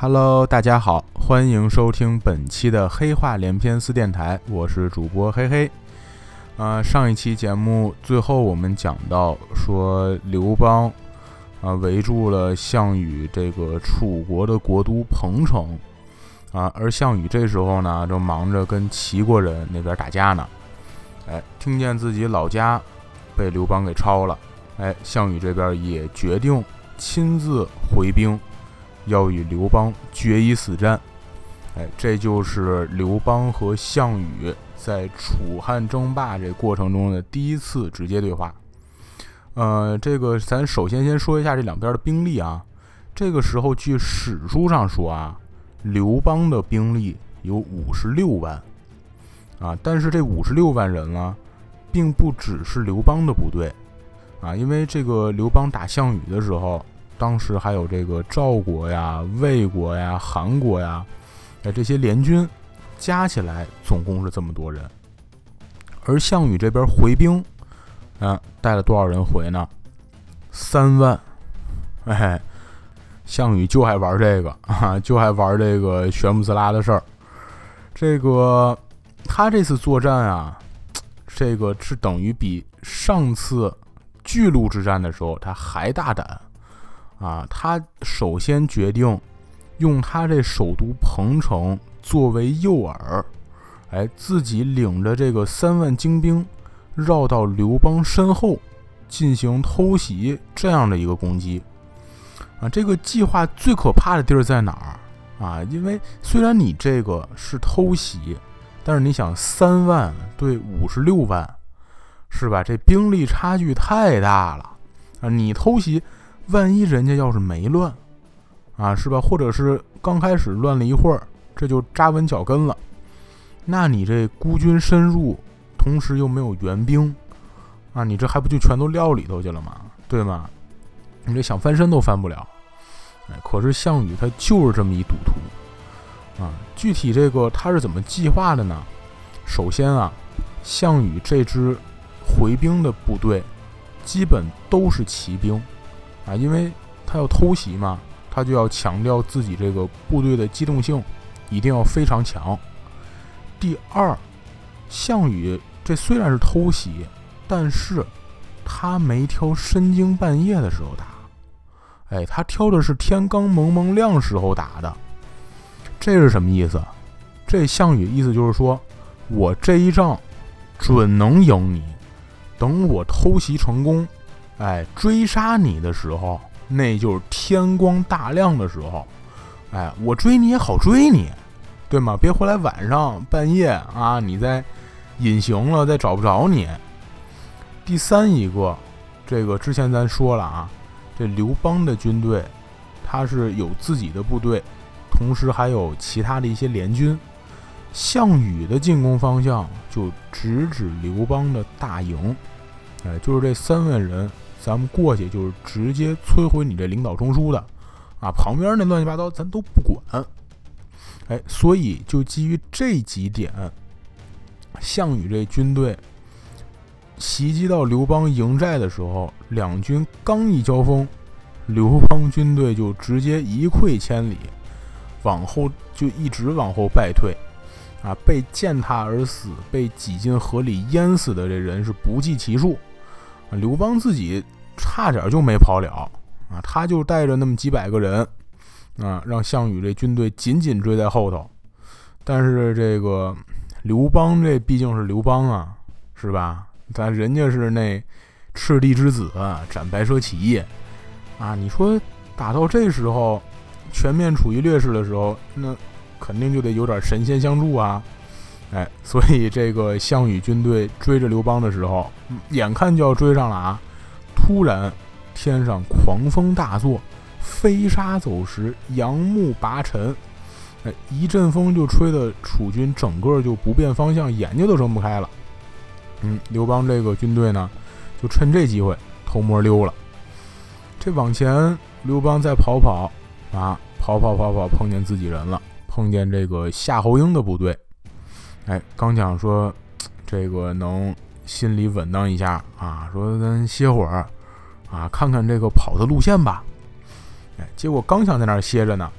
Hello， 大家好，欢迎收听本期的黑话连篇四电台，我是主播黑黑。上一期节目最后我们讲到说刘邦围住了项羽这个楚国的国都彭城而项羽这时候呢正忙着跟齐国人那边打架呢。听见自己老家被刘邦给抄了，项羽这边也决定亲自回兵，要与刘邦决一死战。这就是刘邦和项羽在楚汉争霸这过程中的第一次直接对话。这个咱首先说一下这两边的兵力啊。这个时候据史书上说刘邦的兵力有56万但是这56万人呢，并不只是刘邦的部队因为这个刘邦打项羽的时候，当时还有这个赵国呀、魏国呀、韩国呀，这些联军加起来总共是这么多人。而项羽这边回兵带了多少人回呢？3万。项羽就还玩这个就还玩这个玄不滋拉的事儿。这个他这次作战这个是等于比上次巨鹿之战的时候他还大胆他首先决定用他这首都彭城作为诱饵，自己领着这个3万精兵绕到刘邦身后进行偷袭这样的一个攻击这个计划最可怕的地儿在哪儿因为虽然你这个是偷袭，但是你想3万对56万是吧？这兵力差距太大了你偷袭，万一人家要是没乱是吧？或者是刚开始乱了一会儿，这就扎稳脚跟了，那你这孤军深入，同时又没有援兵你这还不就全都撂里头去了吗？对吗？你这想翻身都翻不了。可是项羽他就是这么一赌徒具体这个他是怎么计划的呢？首先项羽这支回兵的部队基本都是骑兵因为他要偷袭嘛，他就要强调自己这个部队的机动性一定要非常强。第二，项羽这虽然是偷袭，但是他没挑深更半夜的时候打他挑的是天刚蒙蒙亮时候打的。这是什么意思？这项羽意思就是说，我这一仗准能赢你，等我偷袭成功追杀你的时候，那就是天光大亮的时候我追你也好追你，对吗？别回来晚上半夜你再隐形了再找不着你。第三一个，这个之前咱说了这刘邦的军队他是有自己的部队，同时还有其他的一些联军。项羽的进攻方向就直指刘邦的大营就是这3万人咱们过去就是直接摧毁你这领导中枢的旁边那乱七八糟咱都不管所以就基于这几点，项羽这军队袭击到刘邦营寨的时候，两军刚一交锋，刘邦军队就直接一溃千里，往后就一直往后败退被践踏而死，被挤进河里淹死的这人是不计其数刘邦自己差点就没跑了他就带着那么几百个人让项羽这军队紧紧追在后头。但是这个刘邦这毕竟是刘邦是吧？咱人家是那赤帝之子斩白蛇起义你说打到这时候全面处于劣势的时候，那肯定就得有点神仙相助所以这个项羽军队追着刘邦的时候，眼看就要追上了突然天上狂风大作，飞沙走石，杨木拔尘一阵风就吹得楚军整个就不变方向，眼睛都睁不开了刘邦这个军队呢就趁这机会偷摸溜了。这往前刘邦再跑碰见自己人了，碰见这个夏侯婴的部队刚想说这个能心里稳当一下说咱歇会儿看看这个跑的路线吧结果刚想在那儿歇着呢，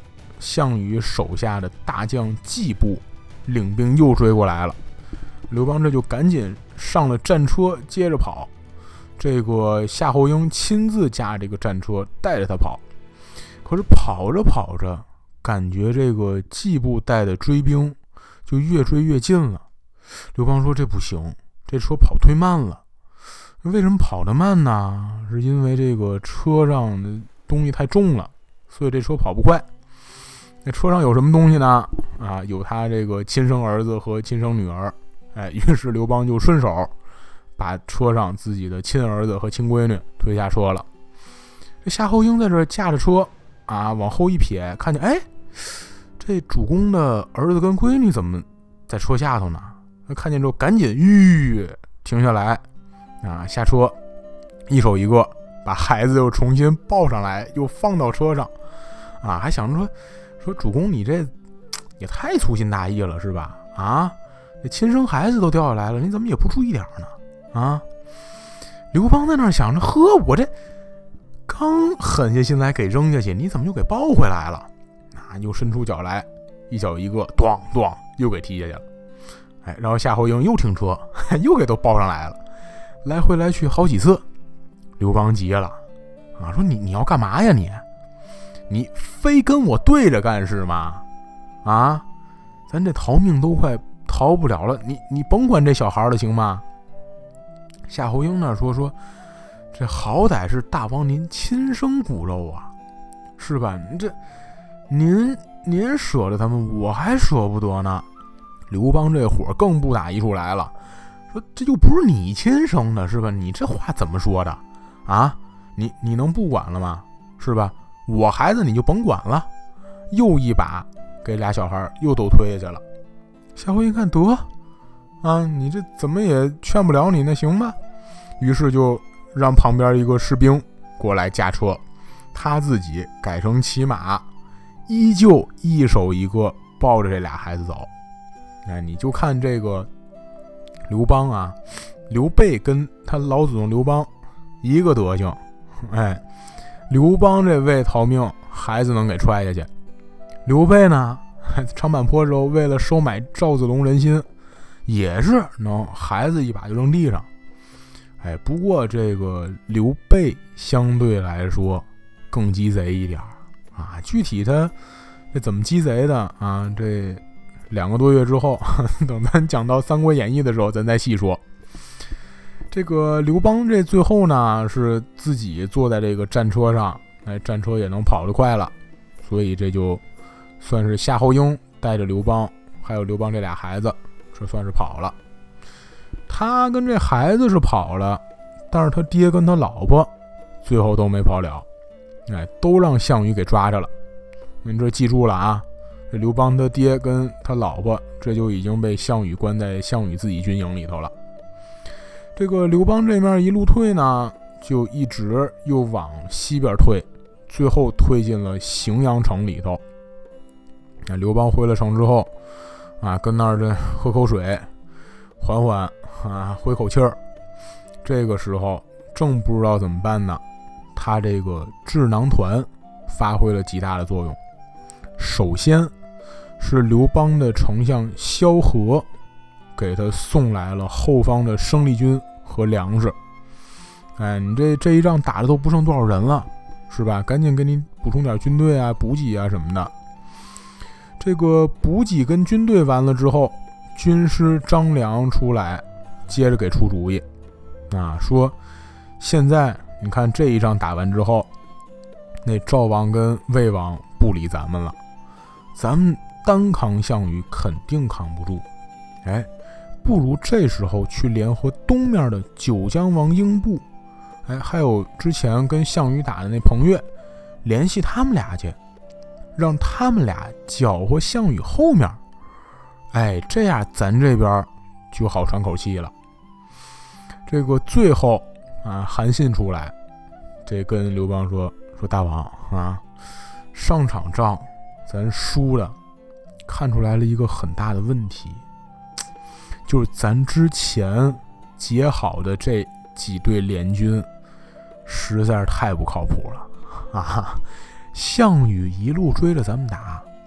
项羽手下的大将季布领兵又追过来了。刘邦这就赶紧上了战车接着跑，这个夏侯婴亲自驾这个战车带着他跑。可是跑着跑着，感觉这个季布带的追兵就越追越近了。刘邦说这不行，这车跑忒慢了。为什么跑得慢呢？是因为这个车上的东西太重了，所以这车跑不快。那车上有什么东西呢？有他这个亲生儿子和亲生女儿。于是刘邦就顺手把车上自己的亲儿子和亲闺女推下车了。这夏侯婴在这驾着车往后一瞥，看见这主公的儿子跟闺女怎么在车下头呢？看见之后赶紧停下来下车，一手一个把孩子又重新抱上来，又放到车上还想着说主公你这也太粗心大意了是吧？这亲生孩子都掉下来了，你怎么也不注意点呢？刘邦在那想着，我这刚狠下心来给扔下去，你怎么又给抱回来了？又伸出脚来，一脚一个，咣咣又给踢下去了。然后夏侯婴又停车，又给都抱上来了，来回来去好几次。刘邦急了说你要干嘛呀你非跟我对着干是吗？咱这逃命都快逃不了了，你甭管这小孩了行吗？夏侯婴那说这好歹是大王您亲生骨肉是吧？您舍得他们，我还舍不得呢。刘邦这火更不打一处来了，说这就不是你亲生的是吧？你这话怎么说的你能不管了吗？是吧？我孩子你就甭管了。又一把给俩小孩又都推下去了。夏侯婴看得你这怎么也劝不了你，那行吧。于是就让旁边一个士兵过来驾车，他自己改成骑马，依旧一手一个抱着这俩孩子走。你就看这个刘邦刘备跟他老祖宗刘邦一个德行。刘邦这为逃命，孩子能给踹下去。刘备呢，长坂坡时候为了收买赵子龙人心，也是能孩子一把就扔地上。不过这个刘备相对来说更鸡贼一点具体他这怎么鸡贼的这2个多月之后，等咱讲到《三国演义》的时候，咱再细说。这个刘邦这最后呢，是自己坐在这个战车上，战车也能跑得快了，所以这就算是夏侯婴带着刘邦，还有刘邦这俩孩子，这算是跑了。他跟这孩子是跑了，但是他爹跟他老婆最后都没跑了，都让项羽给抓着了。你这记住了这刘邦他爹跟他老婆这就已经被项羽关在项羽自己军营里头了。这个刘邦这面一路退呢，就一直又往西边退，最后退进了荥阳城里头。刘邦回了城之后跟那儿这喝口水，缓缓回口气儿。这个时候正不知道怎么办呢，他这个智囊团发挥了极大的作用。首先是刘邦的丞相萧何给他送来了后方的生力军和粮食。你这一仗打的都不剩多少人了，是吧？赶紧给你补充点军队补给什么的。这个补给跟军队完了之后，军师张良出来接着给出主意说现在你看这一仗打完之后，那赵王跟魏王不理咱们了，咱们单扛项羽肯定扛不住，不如这时候去联合东面的九江王英布，还有之前跟项羽打的那彭越，联系他们俩去，让他们俩搅和项羽后面，这样咱这边就好喘口气了。这个最后韩信出来，这跟刘邦说大王上场仗咱输了，看出来了一个很大的问题，就是咱之前结好的这几队联军实在是太不靠谱了项羽一路追着咱们打，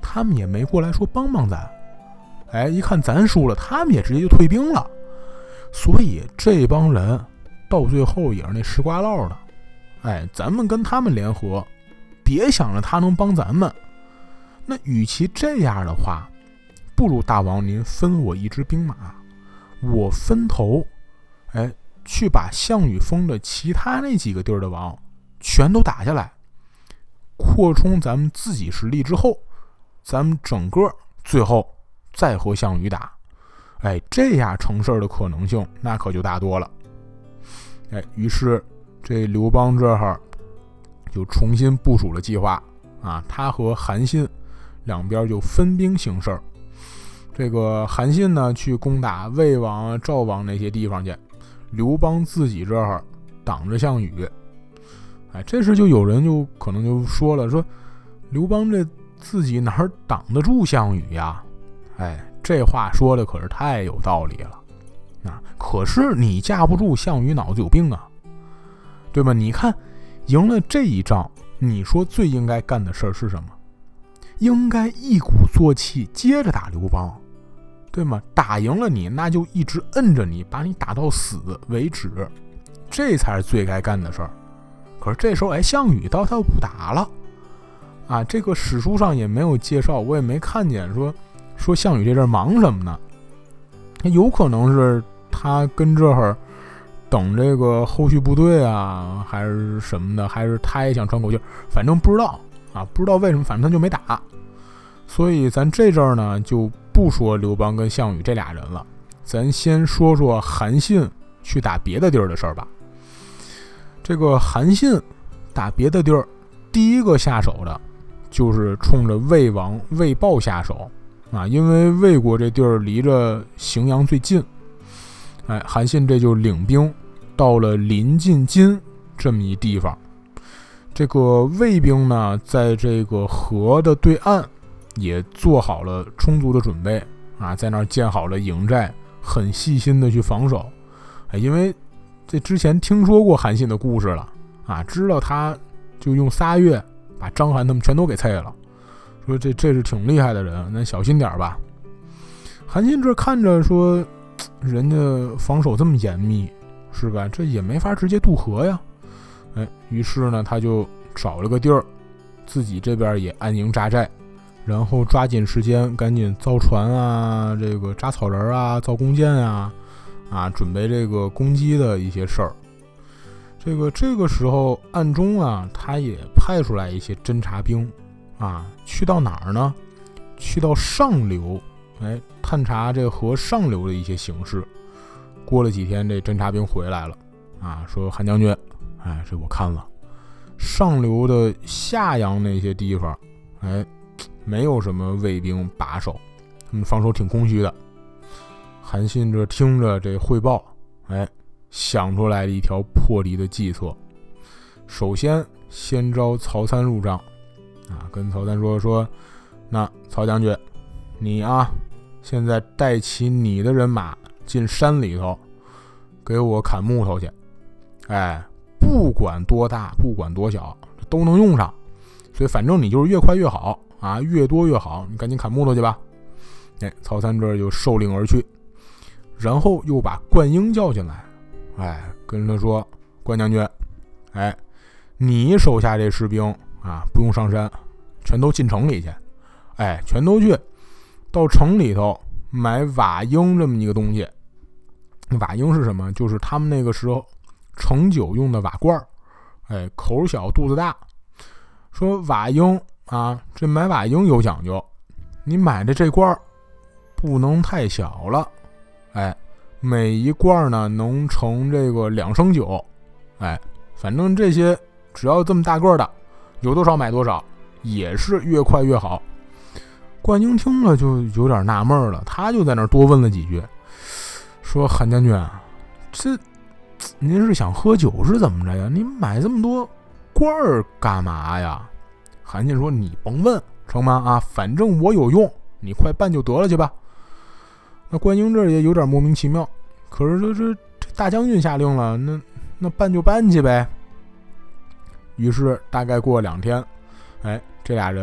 他们也没过来说帮帮咱。一看咱输了，他们也直接就退兵了。所以这帮人到最后也是那吃瓜烙的。咱们跟他们联合，别想着他能帮咱们。那与其这样的话，不如大王您分我一支兵马，我分头，去把项羽封的其他那几个地儿的王全都打下来，扩充咱们自己实力之后，咱们整个最后再和项羽打。这样成事的可能性那可就大多了。于是这刘邦这儿就重新部署了计划啊，他和韩信两边就分兵行事。这个韩信呢去攻打魏王、赵王那些地方去，刘邦自己这儿挡着项羽。这时就有人就可能就说了，说刘邦这自己哪儿挡得住项羽呀？这话说的可是太有道理了。可是你架不住项羽脑子有病啊，对吧？你看赢了这一仗，你说最应该干的事儿是什么？应该一鼓作气接着打刘邦，对吗？打赢了你，那就一直摁着你，把你打到死为止，这才是最该干的事儿。可是这时候项羽他又不打了啊，这个史书上也没有介绍，我也没看见说项羽这阵忙什么呢？有可能是他跟这儿等这个后续部队啊，还是什么的，还是他也想喘口气，反正不知道啊，不知道为什么，反正他就没打。所以咱这阵儿呢就不说刘邦跟项羽这俩人了，咱先说说韩信去打别的地儿的事儿吧。这个韩信打别的地儿，第一个下手的就是冲着魏王魏豹下手啊，因为魏国这地儿离着荥阳最近。韩信这就领兵到了临近津这么一地方。这个魏兵呢，在这个河的对岸也做好了充足的准备啊，在那儿建好了营寨，很细心的去防守。因为这之前听说过韩信的故事了啊，知道他就用3月把章邯他们全都给啐了，说这是挺厉害的人，那小心点吧。韩信这看着说，人家防守这么严密，是吧？这也没法直接渡河呀。于是呢，他就找了个地儿，自己这边也安营扎寨，然后抓紧时间赶紧造船啊，这个扎草人啊，造弓箭啊，准备这个攻击的一些事儿。这个时候暗中啊，他也派出来一些侦察兵啊，去到哪儿呢？去到上流，探查这河上流的一些形势。过了几天，这侦察兵回来了啊，说韩将军，这我看了，上流的下阳那些地方，没有什么魏兵把守，他们防守挺空虚的。韩信这听着这汇报，想出来了一条破敌的计策。首先招曹参入帐啊，跟曹参说，那曹将军，你啊，现在带起你的人马进山里头，给我砍木头去。不管多大，不管多小，都能用上。所以反正你就是越快越好啊，越多越好，你赶紧砍木头去吧。曹参这就受令而去，然后又把灌婴叫进来，跟他说，关将军，你手下这士兵啊，不用上山，全都进城里去，全都去到城里头买瓦缨这么一个东西。瓦缨是什么？就是他们那个时候盛酒用的瓦罐，口小肚子大。说瓦缨啊，这买瓦缨有讲究，你买的这罐不能太小了，每一罐呢能盛这个2升酒，反正这些只要这么大个的，有多少买多少，也是越快越好。灌婴听了就有点纳闷了，他就在那儿多问了几句，说韩将军啊，这您是想喝酒是怎么着呀？你买这么多罐儿干嘛呀？韩信说，你甭问成吗？啊，反正我有用，你快办就得了去吧。那灌婴这也有点莫名其妙，可是这大将军下令了，那办就办去呗。于是大概过2天，这俩人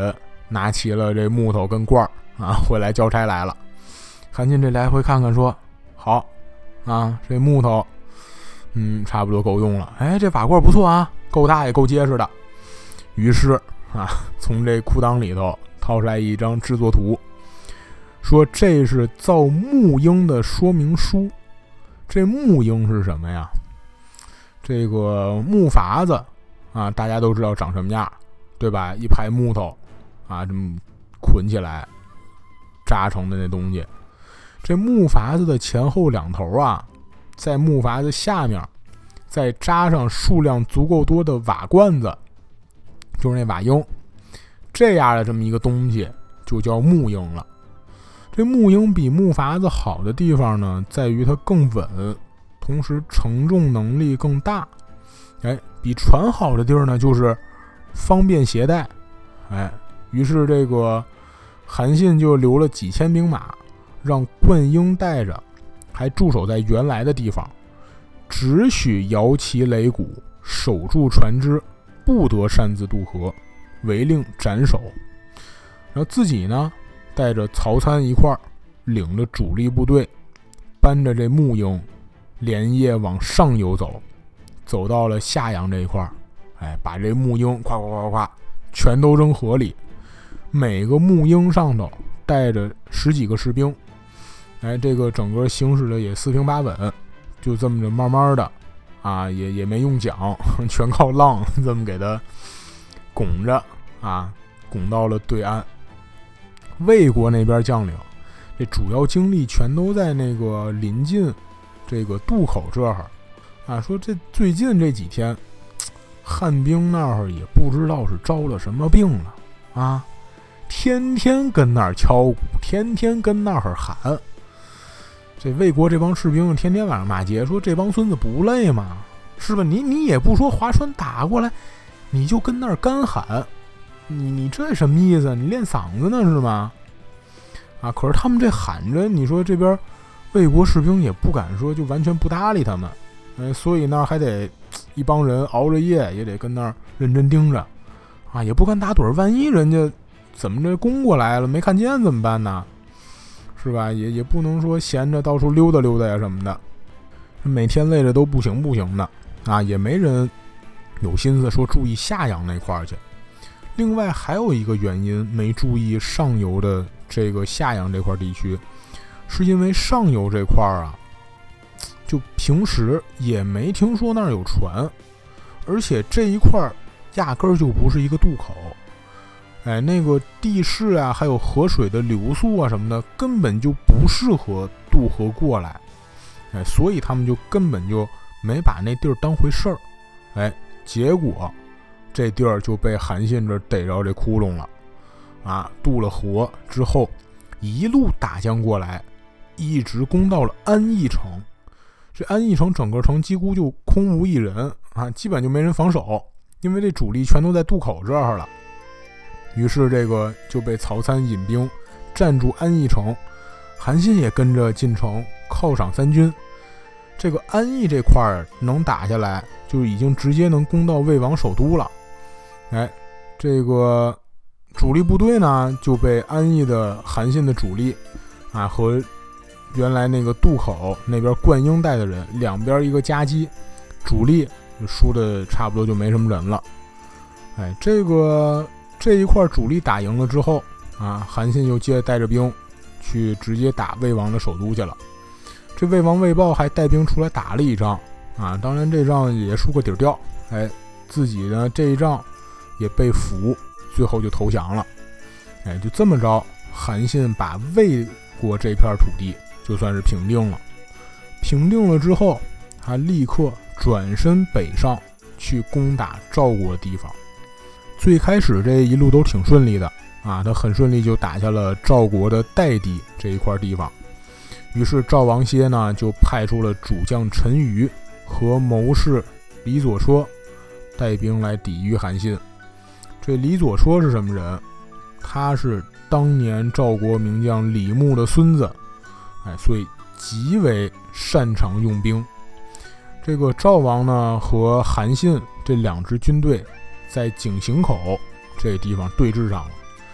拿起了这木头跟罐啊，回来交差来了。韩信这来回看看说好啊，这木头差不多够用了，哎，这瓦罐不错啊，够大也够结实的。于是啊，从这裤裆里头掏出来一张制作图，说这是造木鹰的说明书。这木鹰是什么呀？这个木筏子啊，大家都知道长什么样，对吧？一排木头啊，这么捆起来扎成的那东西。这木筏子的前后两头啊，在木筏子下面再扎上数量足够多的瓦罐子，就是那瓦鹰，这样的这么一个东西就叫木鹰了。这木鹰比木筏子好的地方呢，在于它更稳，同时承重能力更大。哎，比船好的地儿呢，就是方便携带。哎，于是这个韩信就留了几千兵马，让灌婴带着，还驻守在原来的地方，只许摇旗擂鼓，守住船只，不得擅自渡河，违令斩首。然后自己呢，带着曹参一块儿，领着主力部队，搬着这木鹰，连夜往上游走，走到了下阳这一块儿，哎，把这木鹰咵全都扔河里，每个木鹰上头带着10几个士兵，哎，这个整个行驶的也四平八稳，就这么着慢慢的啊，也没用桨，全靠浪这么给它拱着啊，拱到了对岸。魏国那边将领这主要精力全都在那个临近这个渡口这儿啊，说这最近这几天汉兵那儿也不知道是招了什么病了啊，天天跟那儿敲鼓，天天跟那儿喊。这魏国这帮士兵天天晚上骂街，说这帮孙子不累吗？是吧？你也不说划船打过来，你就跟那儿干喊，你这什么意思？你练嗓子呢是吗？啊，可是他们这喊着，你说这边魏国士兵也不敢说就完全不搭理他们，所以那儿还得一帮人熬着夜，也得跟那儿认真盯着，啊，也不敢打盹，万一人家怎么着攻过来了没看见怎么办呢？是吧？也不能说闲着到处溜达溜达呀什么的，每天累着都不行的啊，也没人有心思说注意下阳那块儿去。另外还有一个原因没注意上游的这个下阳这块地区，是因为上游这块啊，就平时也没听说那儿有船，而且这一块压根儿就不是一个渡口，哎，那个地势啊，还有河水的流速啊什么的，根本就不适合渡河过来，哎，所以他们就根本就没把那地儿当回事儿，哎，结果这地儿就被韩信这逮着这窟窿了，啊，渡了河之后，一路打将过来，一直攻到了安邑城。这安邑城整个城几乎就空无一人啊，基本就没人防守，因为这主力全都在渡口这儿了。于是这个就被曹参引兵占住安邑城，韩信也跟着进城犒赏三军。这个安邑这块能打下来，就已经直接能攻到魏王首都了。哎，这个主力部队呢就被安邑的韩信的主力啊和原来那个渡口那边灌婴带的人两边一个夹击，主力就输的差不多就没什么人了。哎，这一块主力打赢了之后啊，韩信又接着带着兵去直接打魏王的首都去了。这魏王魏豹还带兵出来打了一仗啊，当然这仗也输个底儿掉，哎，自己呢这一仗也被俘，最后就投降了。哎，就这么着，韩信把魏国这片土地就算是平定了。平定了之后，他立刻转身北上去攻打赵国的地方。最开始这一路都挺顺利的啊，他很顺利就打下了赵国的代地这一块地方。于是赵王歇呢就派出了主将陈馀和谋士李左车带兵来抵御韩信。这李左车是什么人？他是当年赵国名将李牧的孙子，哎，所以极为擅长用兵。这个赵王呢和韩信这两支军队在井陉口这地方对峙上了。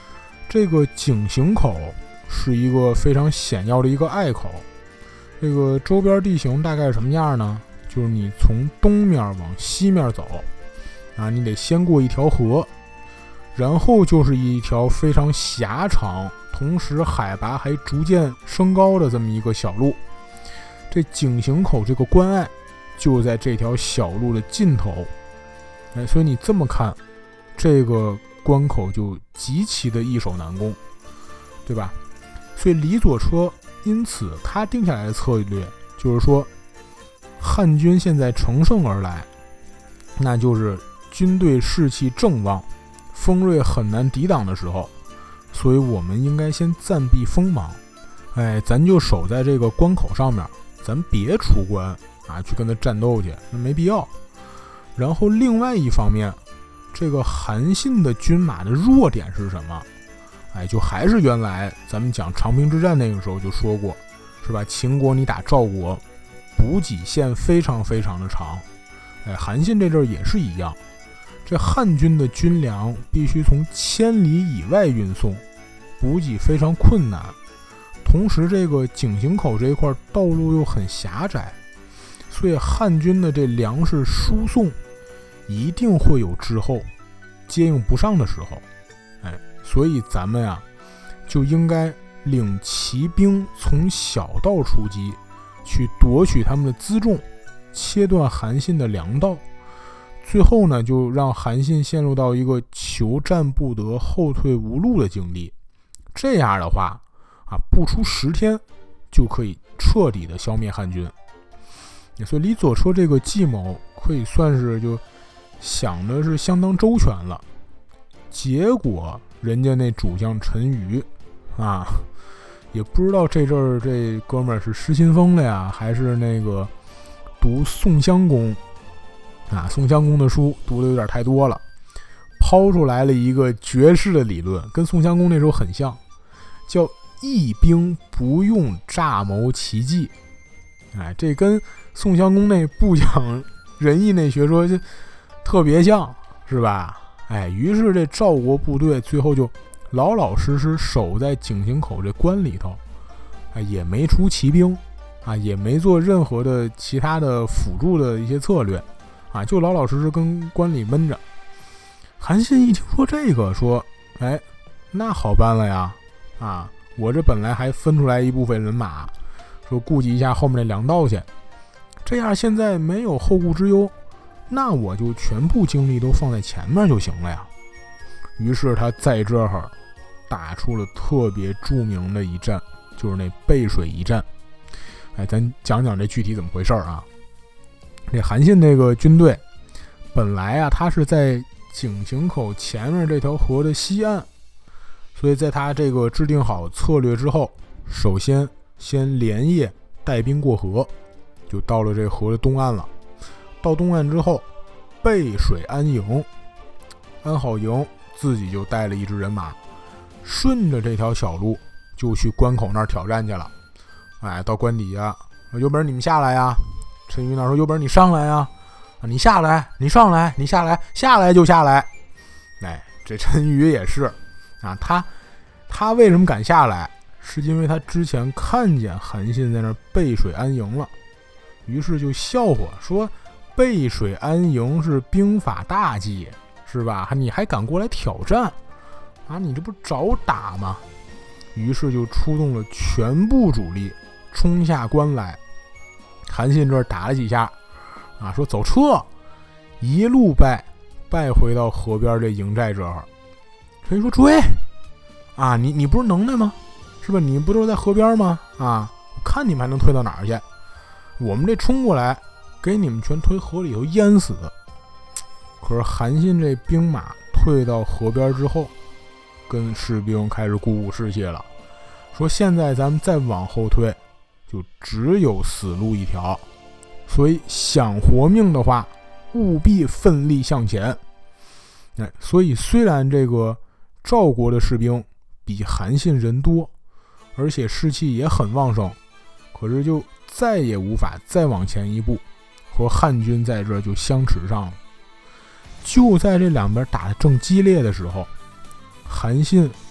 这个井陉口是一个非常险要的一个隘口，这个周边地形大概是什么样呢？就是你从东面往西面走啊，你得先过一条河，然后就是一条非常狭长，同时海拔还逐渐升高的这么一个小路。这井陉口这个关隘就在这条小路的尽头，所以你这么看，这个关口就极其的易守难攻，对吧？所以李左车因此他定下来的策略就是说，汉军现在乘胜而来，那就是军队士气正旺，锋锐很难抵挡的时候，所以我们应该先暂避锋芒，咱就守在这个关口上面，咱别出关啊，去跟他战斗去，那没必要。然后另外一方面，这个韩信的军马的弱点是什么？就还是原来咱们讲长平之战那个时候就说过，是吧？秦国你打赵国，补给线非常非常的长，韩信这阵儿也是一样，这汉军的军粮必须从千里以外运送，补给非常困难，同时这个井陉口这一块道路又很狭窄，所以汉军的这粮食输送一定会有滞后，接应不上的时候，所以咱们呀就应该领骑兵从小道出击，去夺取他们的辎重，切断韩信的粮道，最后呢就让韩信陷入到一个求战不得，后退无路的境地。这样的话不出10天就可以彻底的消灭汉军。所以李左车这个计谋可以算是就想的是相当周全了，结果人家那主将陈馀也不知道这阵儿这哥们儿是失心疯了呀，还是那个读宋襄公宋襄公的书读的有点太多了，抛出来了一个绝世的理论，跟宋襄公那时候很像，叫义兵不用诈谋奇计。这跟宋襄公那不讲仁义那学说就特别像，是吧？于是这赵国部队最后就老老实实守在井陉口这关里头，也没出骑兵也没做任何的其他的辅助的一些策略就老老实实跟关里闷着。韩信一听说这个，说那好办了呀我这本来还分出来一部分人马，说顾及一下后面那粮道去，这样现在没有后顾之忧，那我就全部精力都放在前面就行了呀。于是他在这儿打出了特别著名的一战，就是那背水一战。咱讲讲这具体怎么回事啊。这韩信这个军队本来他是在井陉口前面这条河的西岸，所以在他这个制定好策略之后，首先连夜带兵过河，就到了这河的东岸了。到东岸之后背水安营，安好营，自己就带了一支人马，顺着这条小路就去关口那儿挑战去了。到关底下，有本事你们下来呀！陈馀那说有本事你上来呀！你下来，你上来，你下来，下来就下来。这陈馀也是他为什么敢下来？是因为他之前看见韩信在那儿背水安营了，于是就笑话说背水安营是兵法大忌，是吧？你还敢过来挑战你这不找打吗？于是就出动了全部主力冲下关来。韩信这儿打了几下说走撤，一路败回到河边这营寨这儿。陈馀说追你不是能耐吗？是吧？你不都是在河边吗？我看你们还能退到哪儿去？我们这冲过来给你们全推河里头淹死。可是韩信这兵马退到河边之后，跟士兵开始鼓舞士气了，说现在咱们再往后退就只有死路一条，所以想活命的话务必奋力向前。所以虽然这个赵国的士兵比韩信人多，而且士气也很旺盛，可是就再也无法再往前一步，和汉军在这就相持上了。就在这两边打得正激烈的时候，韩信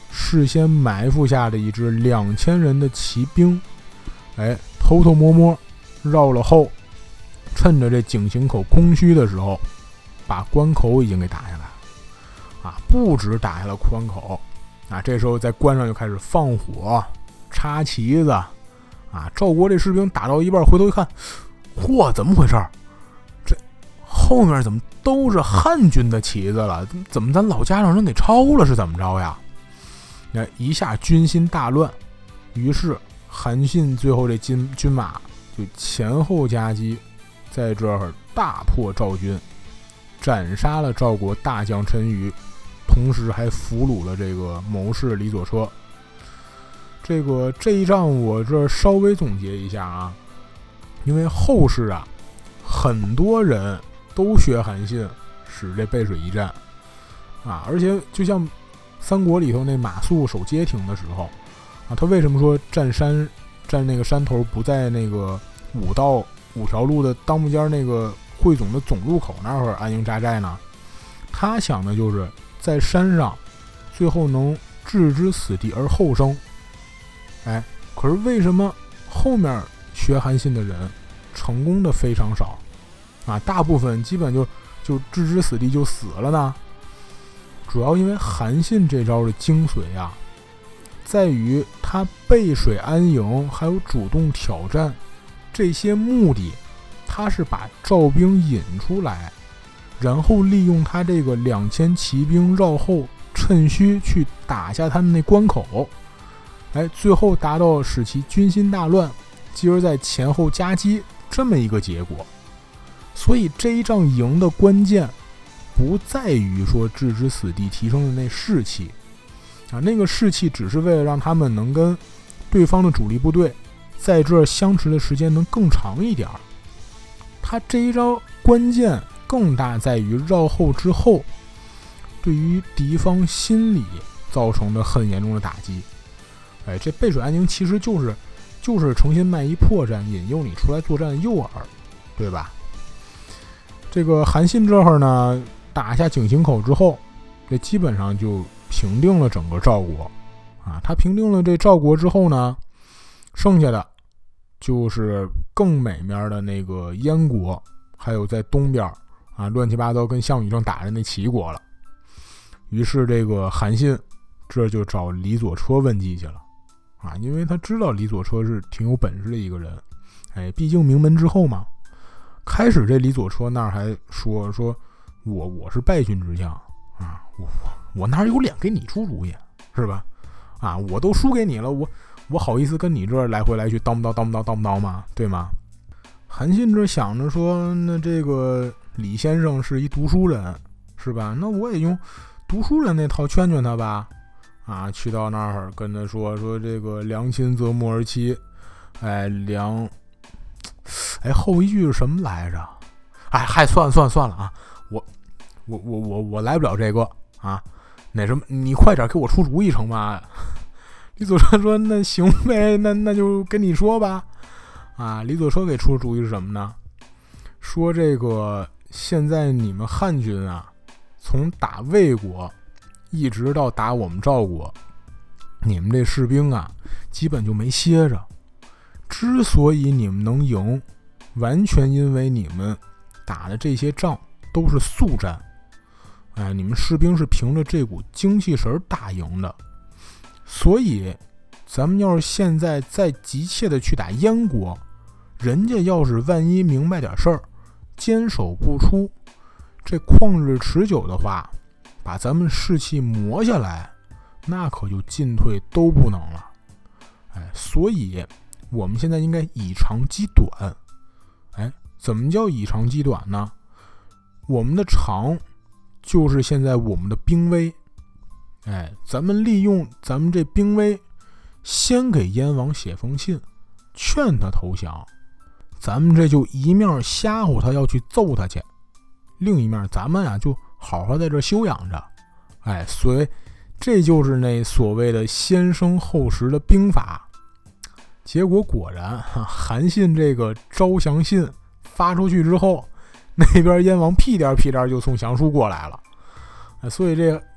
事先埋伏下的一支2000人的骑兵，偷偷摸摸绕了后，趁着这井陉口空虚的时候，把关口已经给打下来啊！不止打下了关口啊，这时候在关上就开始放火、插旗子啊！赵国这士兵打到一半，回头一看，嚯，怎么回事？这后面怎么都是汉军的旗子了？怎么咱老家让人给抄了？是怎么着呀？那一下军心大乱，于是韩信最后这军马就前后夹击，在这儿大破赵军，斩杀了赵国大将陈馀，同时还俘虏了这个谋士李左车。这一仗我这稍微总结一下啊，因为后世啊很多人都学韩信使这背水一战啊，而且就像三国里头那马谡守街亭的时候啊，他为什么说站那个山头不在那个五条路的当木间那个汇总的总入口那儿安营扎寨呢？他想的就是在山上最后能置之死地而后生。可是为什么后面学韩信的人成功的非常少啊？大部分基本就置之死地就死了呢？主要因为韩信这招的精髓啊，在于他背水安营还有主动挑战这些目的，他是把赵兵引出来，然后利用他这个2000骑兵绕后，趁虚去打下他们那关口，最后达到使其军心大乱，继而在前后夹击这么一个结果。所以这一仗赢的关键不在于说置之死地提升的那士气啊，那个士气只是为了让他们能跟对方的主力部队在这相持的时间能更长一点。他这一招关键更大在于绕后之后对于敌方心理造成的很严重的打击。这背水安营其实就是诚心卖一破绽，引诱你出来作战的诱饵，对吧？这个韩信这会儿呢，打下井陉口之后，这基本上就平定了整个赵国啊。他平定了这赵国之后呢，剩下的就是更北面的那个燕国，还有在东边啊乱七八糟跟项羽正打着那齐国了。于是这个韩信这就找李左车问计去了啊，因为他知道李左车是挺有本事的一个人，毕竟名门之后嘛。开始这李左车那儿还说我是败军之将啊，我哪有脸给你出主意是吧？啊，我都输给你了，我好意思跟你这儿来回来去当不到吗？对吗？韩信这想着说，那这个李先生是一读书人是吧？那我也用读书人那套劝劝他吧。啊，去到那儿跟他说这个良禽择木而栖，后一句是什么来着？算了啊，我来不了这个啊，那什么，你快点给我出主意成吗？李左车说那行呗，那就跟你说吧。啊，李左车给出的主意是什么呢？说这个现在你们汉军啊，从打魏国一直到打我们赵国，你们这士兵啊基本就没歇着。之所以你们能赢，完全因为你们打的这些仗都是速战，你们士兵是凭着这股精气神打赢的。所以咱们要是现在再急切的去打燕国，人家要是万一明白点事儿，坚守不出，这旷日持久的话，把咱们士气磨下来，那可就进退都不能了。所以我们现在应该以长击短。怎么叫以长击短呢？我们的长就是现在我们的兵威，咱们利用咱们这兵威，先给燕王写封信，劝他投降。咱们这就一面吓唬他要去揍他去，另一面咱们就好好在这休养着。所以这就是那所谓的先声后实的兵法。结果果然，韩信这个招降信发出去之后，那边燕王屁颠就送降书过来了。所以这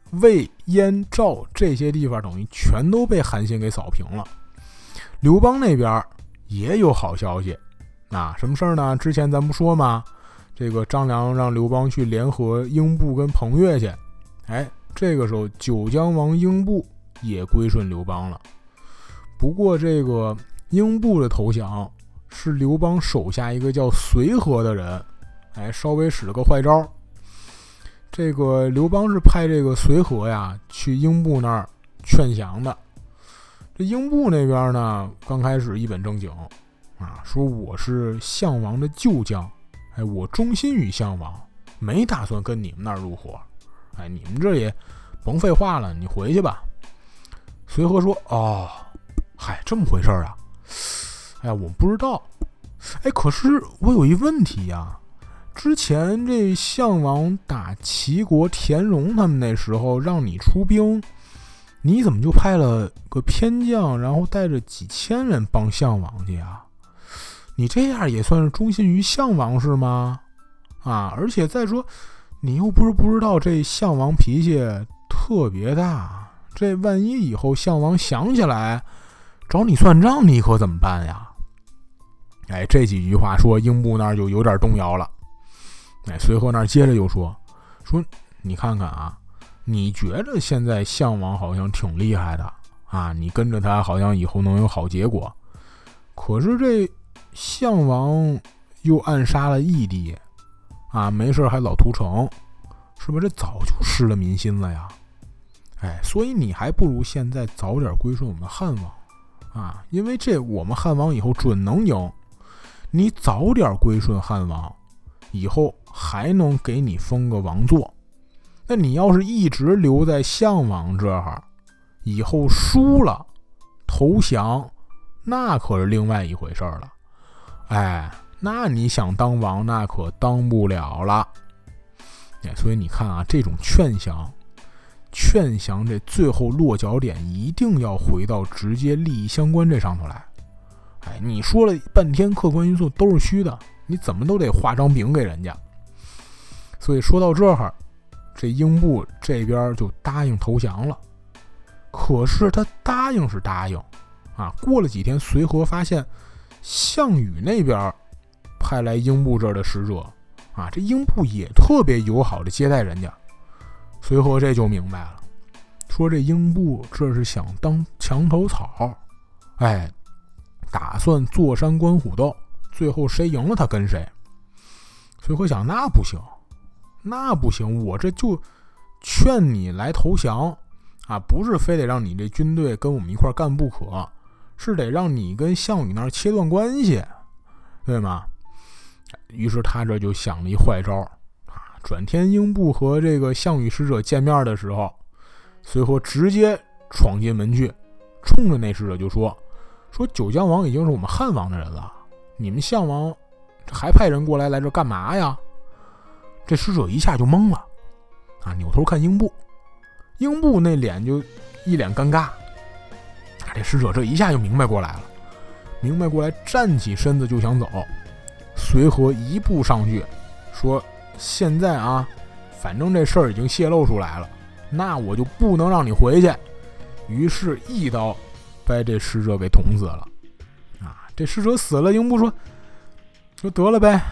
魏、燕、赵这些地方等于全都被韩信给扫平了。刘邦那边也有好消息，什么事儿呢？之前咱不说吗？这个张良让刘邦去联合英布跟彭越去，这个时候九江王英布也归顺刘邦了。不过这个英布的投降是刘邦手下一个叫随和的人，稍微使了个坏招。这个刘邦是派这个随和呀去英布那儿劝降的。这英布那边呢，刚开始一本正经说我是项王的旧将，我忠心于项王，没打算跟你们那儿入伙，你们这也甭废话了，你回去吧。随和说这么回事啊，我不知道，可是我有一问题呀，之前这项王打齐国田荣他们那时候让你出兵，你怎么就派了个偏将，然后带着几千人帮项王去啊？你这样也算是忠心于项王是吗？而且再说，你又不是不知道这项王脾气特别大，这万一以后项王想起来找你算账，你可怎么办呀？这几句话说，英布那儿就有点动摇了。随和那儿接着又说你看看你觉着现在项王好像挺厉害的你跟着他好像以后能有好结果，可是这项王又暗杀了义帝没事还老屠城，是不是这早就失了民心了呀？所以你还不如现在早点归顺我们汉王因为这我们汉王以后准能赢，你早点归顺汉王，以后还能给你封个王座。那你要是一直留在项王这儿，以后输了投降，那可是另外一回事了。那你想当王，那可当不了了。所以你看这种劝降这最后落脚点一定要回到直接利益相关这上头来。你说了半天客观因素都是虚的，你怎么都得画张饼给人家。所以说到这儿，这英布这边就答应投降了。可是他答应是答应过了几天，随和发现项羽那边派来英布这儿的使者这英布也特别友好的接待人家。随和这就明白了，说这英布这是想当墙头草，打算坐山观虎斗，最后谁赢了他跟谁。随和想，那不行，我这就劝你来投降不是非得让你这军队跟我们一块干不可，是得让你跟项羽那儿切断关系，对吗？于是他这就想了一坏招转天英布和这个项羽使者见面的时候，随和直接闯进门去，冲着那使者就说九江王已经是我们汉王的人了，你们项王还派人过来这干嘛呀？这使者一下就懵了扭头看英布，英布那脸就一脸尴尬这使者这一下就明白过来，站起身子就想走。随和一步上去说，现在反正这事儿已经泄露出来了，那我就不能让你回去。于是一刀把这使者给捅死了这使者死了，英布说得了呗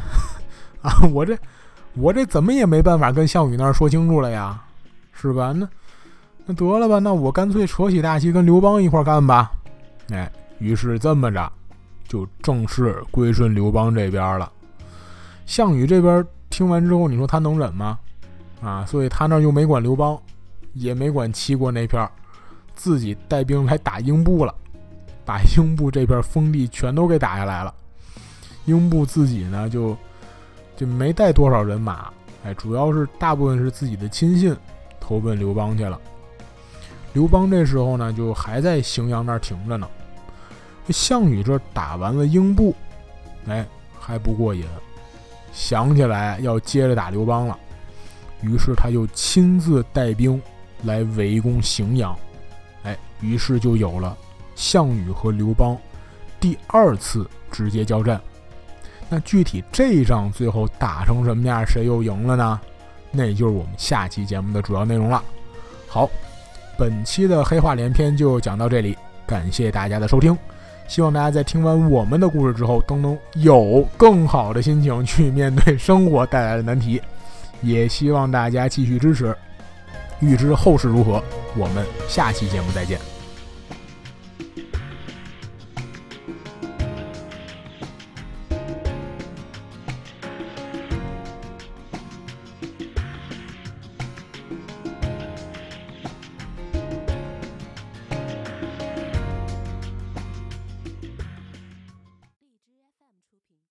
我这怎么也没办法跟项羽那儿说清楚了呀，是吧？那得了吧，那我干脆扯起大旗跟刘邦一块干吧。于是这么着就正式归顺刘邦这边了。项羽这边听完之后，你说他能忍吗？所以他那又没管刘邦，也没管齐国那片，自己带兵来打英布了，把英布这片封地全都给打下来了。英布自己呢就没带多少人马，主要是大部分是自己的亲信投奔刘邦去了。刘邦这时候呢就还在荥阳那儿停着呢。项羽这打完了英布，还不过瘾，想起来要接着打刘邦了，于是他就亲自带兵来围攻荥阳。于是就有了项羽和刘邦第二次直接交战。那具体这一仗最后打成什么样，谁又赢了呢？那也就是我们下期节目的主要内容了。 好，本期的黑话连篇就讲到这里，感谢大家的收听，希望大家在听完我们的故事之后都能有更好的心情去面对生活带来的难题，也希望大家继续支持。欲知后事如何，我们下期节目再见。